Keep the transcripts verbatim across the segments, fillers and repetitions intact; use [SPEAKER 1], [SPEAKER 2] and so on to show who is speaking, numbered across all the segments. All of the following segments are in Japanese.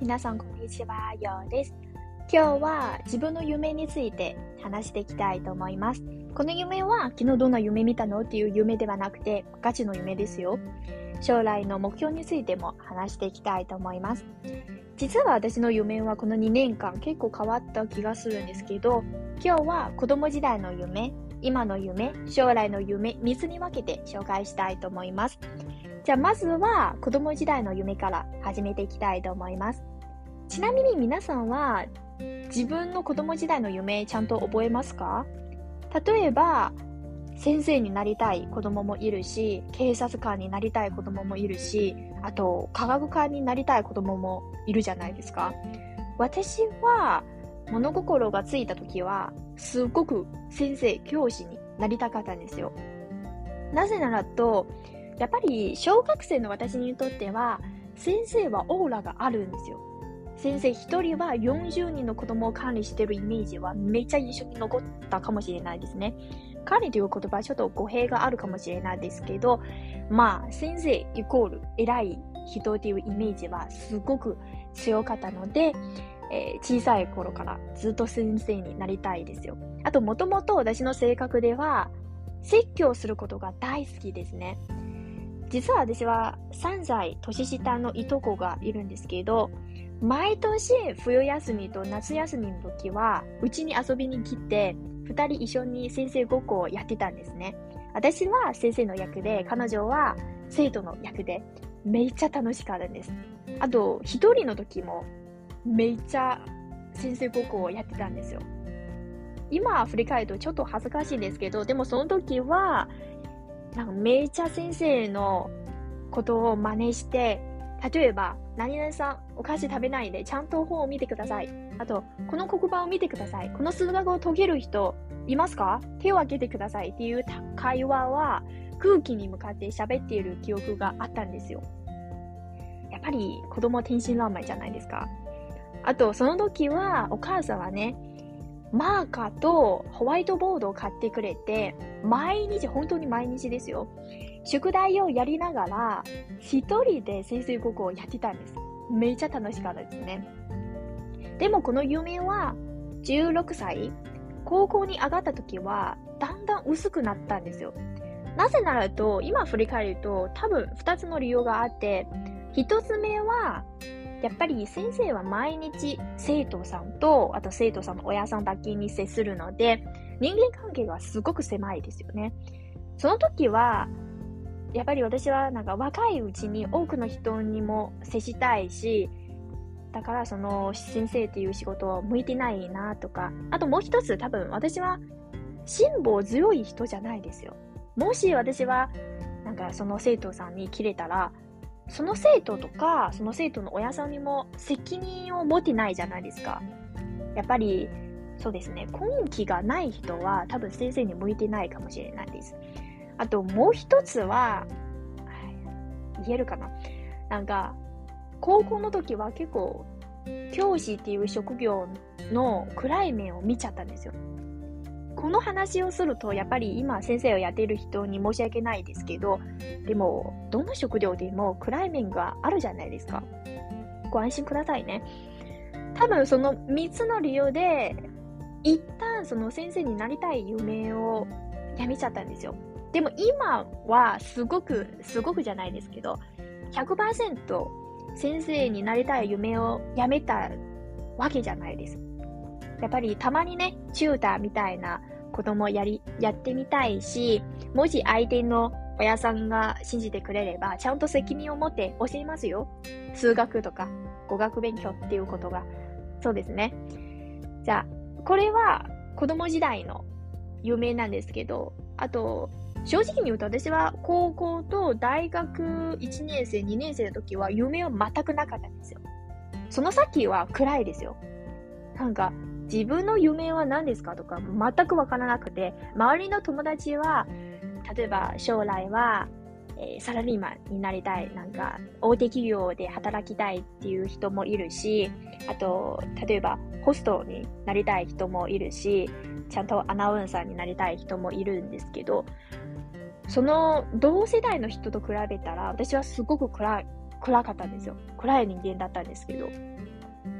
[SPEAKER 1] 皆さんこんにちは、ようです。今日は自分の夢について話していきたいと思います。この夢は昨日どんな夢見たのっていう夢ではなくてガチの夢ですよ。将来の目標についても話していきたいと思います。実は私の夢はこのにねんかん結構変わった気がするんですけど、今日は子供時代の夢、今の夢、将来の夢みっつに分けて紹介したいと思います。じゃあまずは子供時代の夢から始めていきたいと思います。ちなみに皆さんは自分の子供時代の夢ちゃんと覚えますか？例えば先生になりたい子供もいるし、警察官になりたい子供もいるし、あと科学家になりたい子供もいるじゃないですか。私は物心がついた時はすごく先生、教師になりたかったんですよ。なぜならと、やっぱり小学生の私にとっては先生はオーラがあるんですよ。先生一人はよんじゅうにんの子供を管理しているイメージはめっちゃ印象に残ったかもしれないですね。管理という言葉はちょっと語弊があるかもしれないですけど、まあ先生イコール偉い人というイメージはすごく強かったので、えー、小さい頃からずっと先生になりたいですよ。あともともと私の性格では説教することが大好きですね。実は私はさんさい年下のいとこがいるんですけど、毎年冬休みと夏休みの時はうちに遊びに来てふたり一緒に先生ごっこをやってたんですね。私は先生の役で、彼女は生徒の役で、めっちゃ楽しかったんです。あと一人の時もめっちゃ先生ごっこをやってたんですよ。今振り返るとちょっと恥ずかしいんですけど、でもその時はなんかめっちゃ先生のことを真似して、例えば何々さんお菓子食べないでちゃんと本を見てください。あとこの黒板を見てください。この数学を解ける人いますか？手を挙げてくださいっていう会話は空気に向かって喋っている記憶があったんですよ。やっぱり子供天真爛漫じゃないですか。あとその時はお母さんはね、マーカーとホワイトボードを買ってくれて、毎日、本当に毎日ですよ。宿題をやりながら、一人で先生ごっこをやってたんです。めっちゃ楽しかったですね。でもこの夢は、じゅうろくさい、高校に上がった時は、だんだん薄くなったんですよ。なぜならと、今振り返ると、多分二つの理由があって、一つ目は、やっぱり先生は毎日生徒さんと、あと生徒さんの親さんだけに接するので、人間関係がすごく狭いですよね。その時は、やっぱり私はなんか若いうちに多くの人にも接したいし、だからその先生っていう仕事は向いてないなとか、あともう一つ多分私は辛抱強い人じゃないですよ。もし私はなんかその生徒さんに切れたら、その生徒とかその生徒の親さんにも責任を持ってないじゃないですか。やっぱりそうですね、根気がない人は多分先生に向いてないかもしれないです。あともう一つは、言えるかな、なんか高校の時は結構教師っていう職業の暗い面を見ちゃったんですよ。この話をするとやっぱり今先生をやっている人に申し訳ないですけど、でもどの職業でも暗い面があるじゃないですか。ご安心くださいね。多分そのみっつの理由で一旦その先生になりたい夢をやめちゃったんですよ。でも今はすごくすごくじゃないですけど ひゃくパーセント 先生になりたい夢をやめたわけじゃないです。やっぱりたまにね、チューターみたいなこともやり、やってみたいし、もし相手の親さんが信じてくれれば、ちゃんと責任を持って教えますよ。数学とか語学勉強っていうことが。そうですね。じゃあ、これは子供時代の夢なんですけど、あと、正直に言うと私は高校と大学いちねん生、にねん生の時は夢は全くなかったんですよ。その先は暗いですよ。なんか、自分の夢は何ですかとか全くわからなくて、周りの友達は例えば将来は、えー、サラリーマンになりたい、なんか大手企業で働きたいっていう人もいるし、あと例えばホストになりたい人もいるし、ちゃんとアナウンサーになりたい人もいるんですけど、その同世代の人と比べたら私はすごく暗い暗かったんですよ。暗い人間だったんですけど、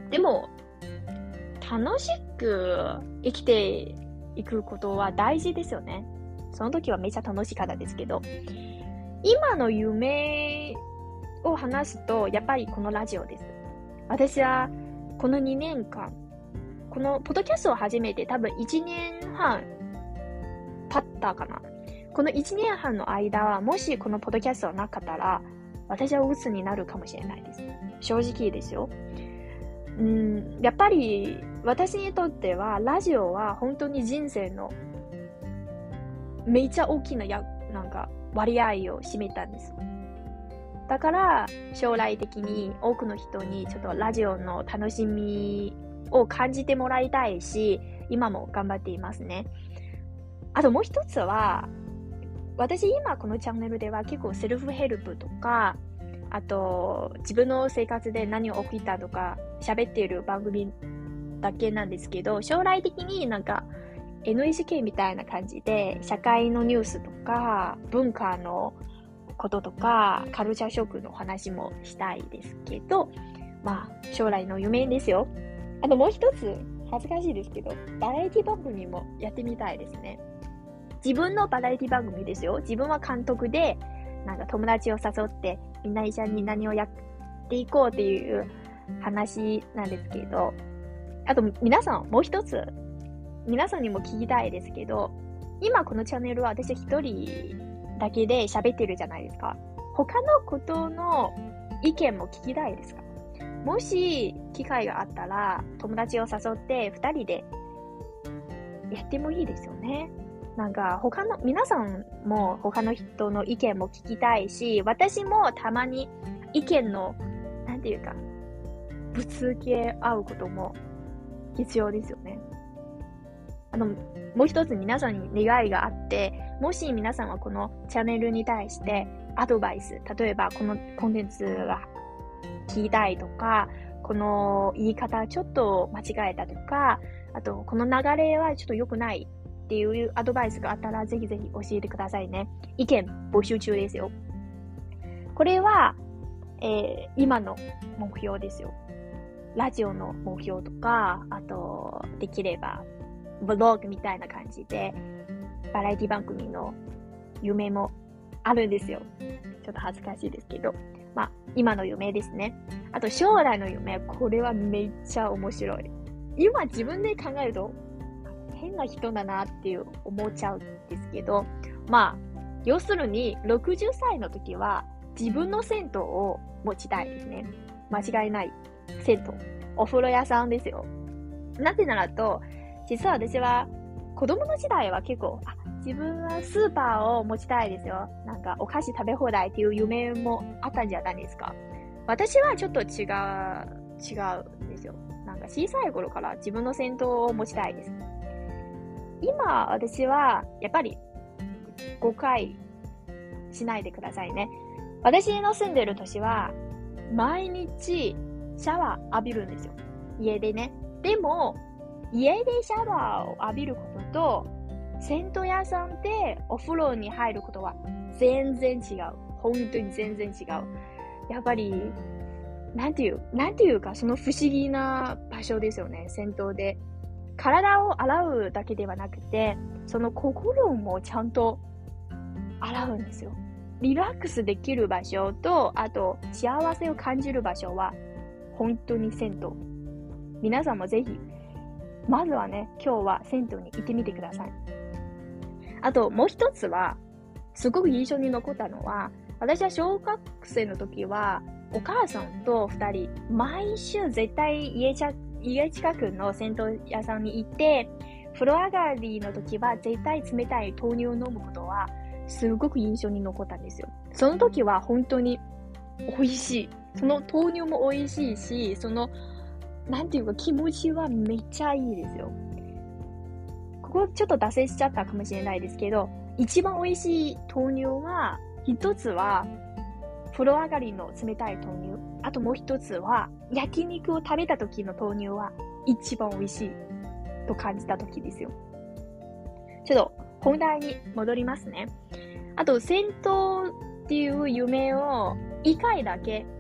[SPEAKER 1] でも、楽しく生きていくことは大事ですよね。その時はめっちゃ楽しかったですけど、今の夢を話すと、やっぱりこのラジオです。私はこのにねんかん、このポッドキャストを始めて多分いちねんはん経ったかな。このいちねんはんの間は、もしこのポッドキャストがなかったら、私は鬱になるかもしれないです。正直ですよ。うん、やっぱり私にとってはラジオは本当に人生のめっちゃ大きなやなんか割合を占めたんです。だから将来的に多くの人にちょっとラジオの楽しみを感じてもらいたいし、今も頑張っていますね。あともう一つは、私今このチャンネルでは結構セルフヘルプとか、あと自分の生活で何を起きたとか喋っている番組だけなんですけど、将来的になんか エヌエイチケー みたいな感じで社会のニュースとか文化のこととかカルチャーショックの話もしたいですけど、まあ将来の夢ですよ。あともう一つ恥ずかしいですけど、バラエティ番組もやってみたいですね。自分のバラエティ番組ですよ。自分は監督でなんか友達を誘ってみんな一緒に何をやっていこうっていう話なんですけど、あと皆さんもう一つ皆さんにも聞きたいですけど、今このチャンネルは私一人だけで喋ってるじゃないですか。他のことの意見も聞きたいですか？もし機会があったら友達を誘って二人でやってもいいですよね。なんか他の皆さんも他の人の意見も聞きたいし、私もたまに意見のなんていうかぶつけ合うことも必要ですよね。あのもう一つ皆さんに願いがあって、もし皆さんはこのチャンネルに対してアドバイス、例えばこのコンテンツが聞きたいとか、この言い方ちょっと間違えたとか、あとこの流れはちょっと良くないっていうアドバイスがあったら、ぜひぜひ教えてくださいね。意見募集中ですよ。これは、えー、今の目標ですよ。ラジオの目標とか、あとできればブログみたいな感じでバラエティ番組の夢もあるんですよ。ちょっと恥ずかしいですけど、まあ今の夢ですね。あと将来の夢、これはめっちゃ面白い。今自分で考えると変な人だなっていう思っちゃうんですけど、まあ要するにろくじゅっさいの時は自分の銭湯を持ちたいですね。間違いない銭湯、お風呂屋さんですよ。なぜならと、実は私は子供の時代は結構、あ、自分はスーパーを持ちたいですよ。なんかお菓子食べ放題っていう夢もあったんじゃないですか。私はちょっと違う、違うんですよ。なんか小さい頃から自分の銭湯を持ちたいです。今私はやっぱり誤解しないでくださいね。私の住んでる都市は毎日シャワー浴びるんですよ。家でね。でも家でシャワーを浴びることと銭湯屋さんでお風呂に入ることは全然違う。本当に全然違う。やっぱりなんていう、なんていうかその不思議な場所ですよね。銭湯で体を洗うだけではなくて、その心もちゃんと洗うんですよ。リラックスできる場所と、あと幸せを感じる場所は本当に銭湯。皆さんもぜひまずはね、今日は銭湯に行ってみてください。あともう一つはすごく印象に残ったのは、私は小学生の時はお母さんと二人毎週絶対家ちゃ家近くの銭湯屋さんに行って、風呂上がりの時は絶対冷たい豆乳を飲むことはすごく印象に残ったんですよ。その時は本当に美味しい。その豆乳も美味しいし、そのなんていうか気持ちはめっちゃいいですよ。ここちょっと脱線しちゃったかもしれないですけど、一番美味しい豆乳は、一つは風呂上がりの冷たい豆乳。あともう一つは焼肉を食べた時の豆乳は一番美味しいと感じた時ですよ。ちょっと本題に戻りますね。あと銭湯っていう夢を一回だけ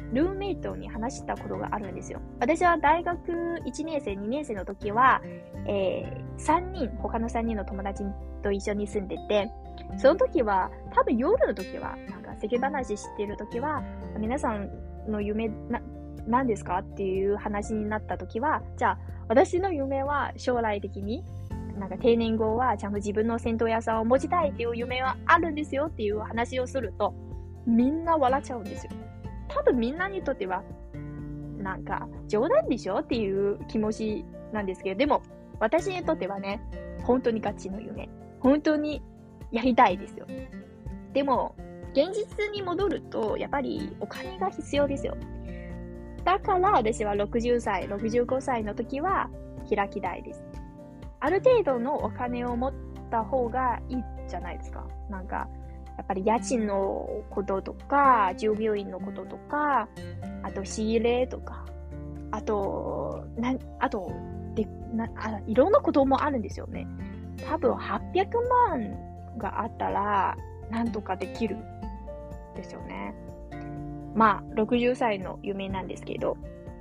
[SPEAKER 1] ルームメイトに話したことがあるんですよ。私は大学いちねん生、にねん生の時は、えー、さんにん、他のさんにんの友達と一緒に住んでて、その時は、多分夜の時は、なんか世間話してる時は、皆さんの夢な、何ですかっていう話になった時は、じゃあ、私の夢は将来的に、なんか定年後はちゃんと自分の銭湯屋さんを持ちたいっていう夢はあるんですよっていう話をすると、みんな笑っちゃうんですよ。多分みんなにとっては、なんか冗談でしょっていう気持ちなんですけど、でも私にとってはね、本当にガチの夢。本当にやりたいですよ。でも、現実に戻ると、やっぱりお金が必要ですよ。だから私はろくじゅっさい、ろくじゅうごさいの時は開きたいです。ある程度のお金を持った方がいいじゃないですか。なんか、やっぱり家賃のこととか、従業員のこととか、あと仕入れとか、あと、な、あと、で、な、あ、いろんなこともあるんですよね。多分はっぴゃくまんがあったら、なんとかできる。ですよね。まあ、ろくじゅっさいの夢なんですけど、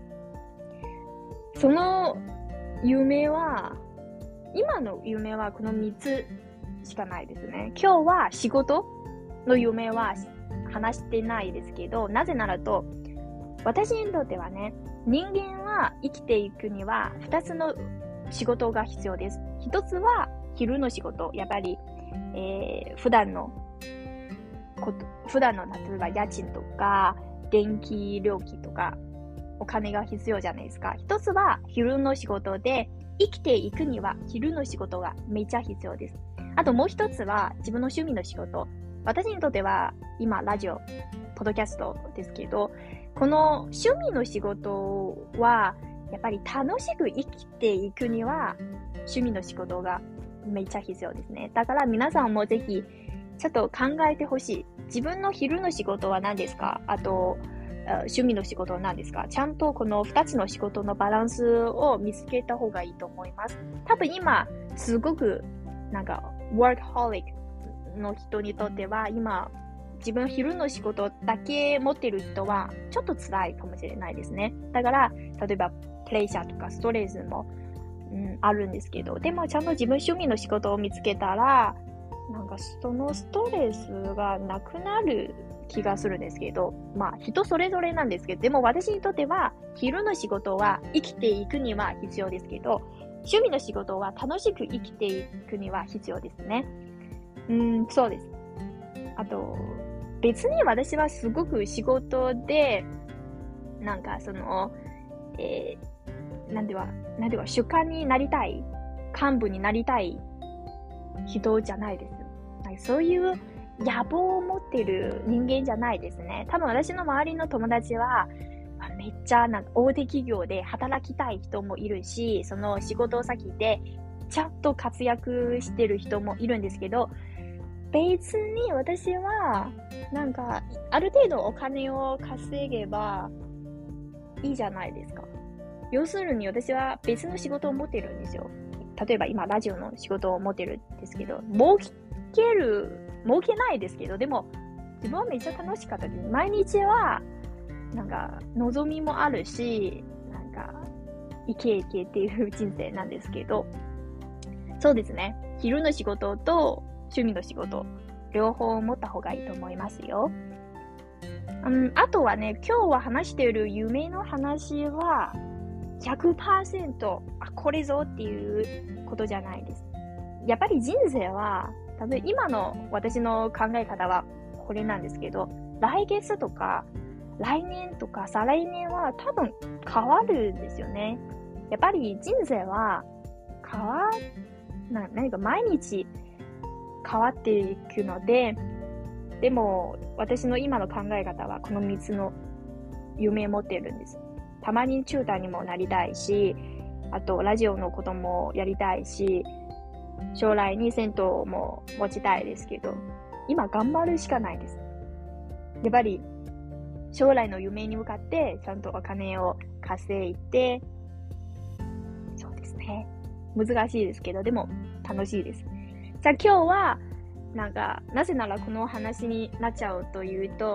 [SPEAKER 1] その夢は、今の夢はこのみっつしかないですね。今日は仕事の夢は話してないですけど、なぜならと、私にとってはね、人間は生きていくにはふたつの仕事が必要です。ひとつは昼の仕事。やっぱり、えー、普段のこと、普段の例えば家賃とか、電気料金とか、お金が必要じゃないですか。ひとつは昼の仕事で、生きていくには昼の仕事がめっちゃ必要です。あともう一つは自分の趣味の仕事。私にとっては今ラジオ、ポッドキャストですけど、この趣味の仕事はやっぱり楽しく生きていくには趣味の仕事がめっちゃ必要ですね。だから皆さんもぜひちょっと考えてほしい。自分の昼の仕事は何ですか？あと、趣味の仕事は何ですか？ちゃんとこのふたつの仕事のバランスを見つけた方がいいと思います。多分今、すごく、なんか、workaholic の人にとっては、今、自分昼の仕事だけ持ってる人は、ちょっと辛いかもしれないですね。だから、例えば、プレッシャーとかストレスも、うん、あるんですけど、でもちゃんと自分趣味の仕事を見つけたら、なんかそのストレスがなくなる気がするんですけど、まあ人それぞれなんですけど、でも私にとっては昼の仕事は生きていくには必要ですけど、趣味の仕事は楽しく生きていくには必要ですね。うん、そうです。あと、別に私はすごく仕事で、なんかその、えー、なんでは、なんでは主幹になりたい、幹部になりたい人じゃないです。そういう野望を持っている人間じゃないですね。多分私の周りの友達は、めっちゃなんか大手企業で働きたい人もいるし、その仕事先でちゃんと活躍してる人もいるんですけど、別に私は、なんか、ある程度お金を稼げばいいじゃないですか。要するに私は別の仕事を持ってるんですよ。例えば今ラジオの仕事を持ってるんですけど、儲ける、儲けないですけど、でも自分はめっちゃ楽しかったです。毎日は、なんか、望みもあるし、なんか、イケイケっていう人生なんですけど、そうですね。昼の仕事と趣味の仕事、両方持った方がいいと思いますよ。うん、あとはね、今日は話している夢の話は、ひゃくパーセント、あ、これぞっていうことじゃないです。やっぱり人生は、多分今の私の考え方はこれなんですけど、来月とか、来年とか再来年は多分変わるんですよね。やっぱり人生は変わ、な、何か毎日変わっていくので、でも私の今の考え方はこのみっつの夢を持ってるんです。たまにチューターにもなりたいし、あとラジオのこともやりたいし、将来に銭湯も持ちたいですけど、今頑張るしかないです。やっぱり将来の夢に向かってちゃんとお金を稼いで、そうですね。難しいですけど、でも楽しいです。じゃあ今日は、なんか、なぜならこの話になっちゃうというと、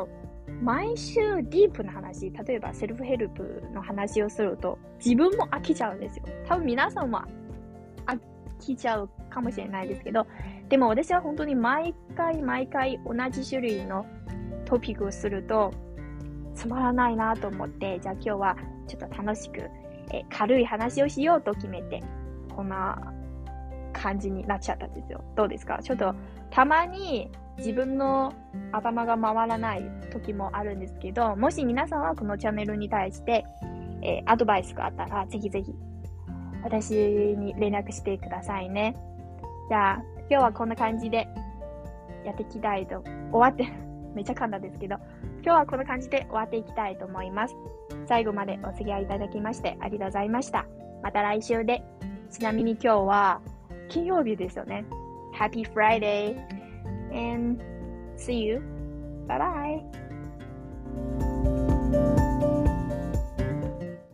[SPEAKER 1] 毎週ディープな話、例えばセルフヘルプの話をすると、自分も飽きちゃうんですよ。多分皆さんも飽きちゃうかもしれないですけど、でも私は本当に毎回毎回同じ種類のトピックをすると、つまらないなと思って、じゃあ今日はちょっと楽しく、え軽い話をしようと決めて、こんな感じになっちゃったんですよ。どうですか？ちょっとたまに自分の頭が回らない時もあるんですけど、もし皆さんはこのチャンネルに対して、えー、アドバイスがあったら、ぜひぜひ私に連絡してくださいね。じゃあ今日はこんな感じでやっていきたいと、終わって、めっちゃ噛んだんですけど、今日はこんな感じで終わっていきたいと思います。最後までお付き合いいただきましてありがとうございました。また来週で。ちなみに今日は金曜日ですよね。Happy Friday and see you. Bye bye.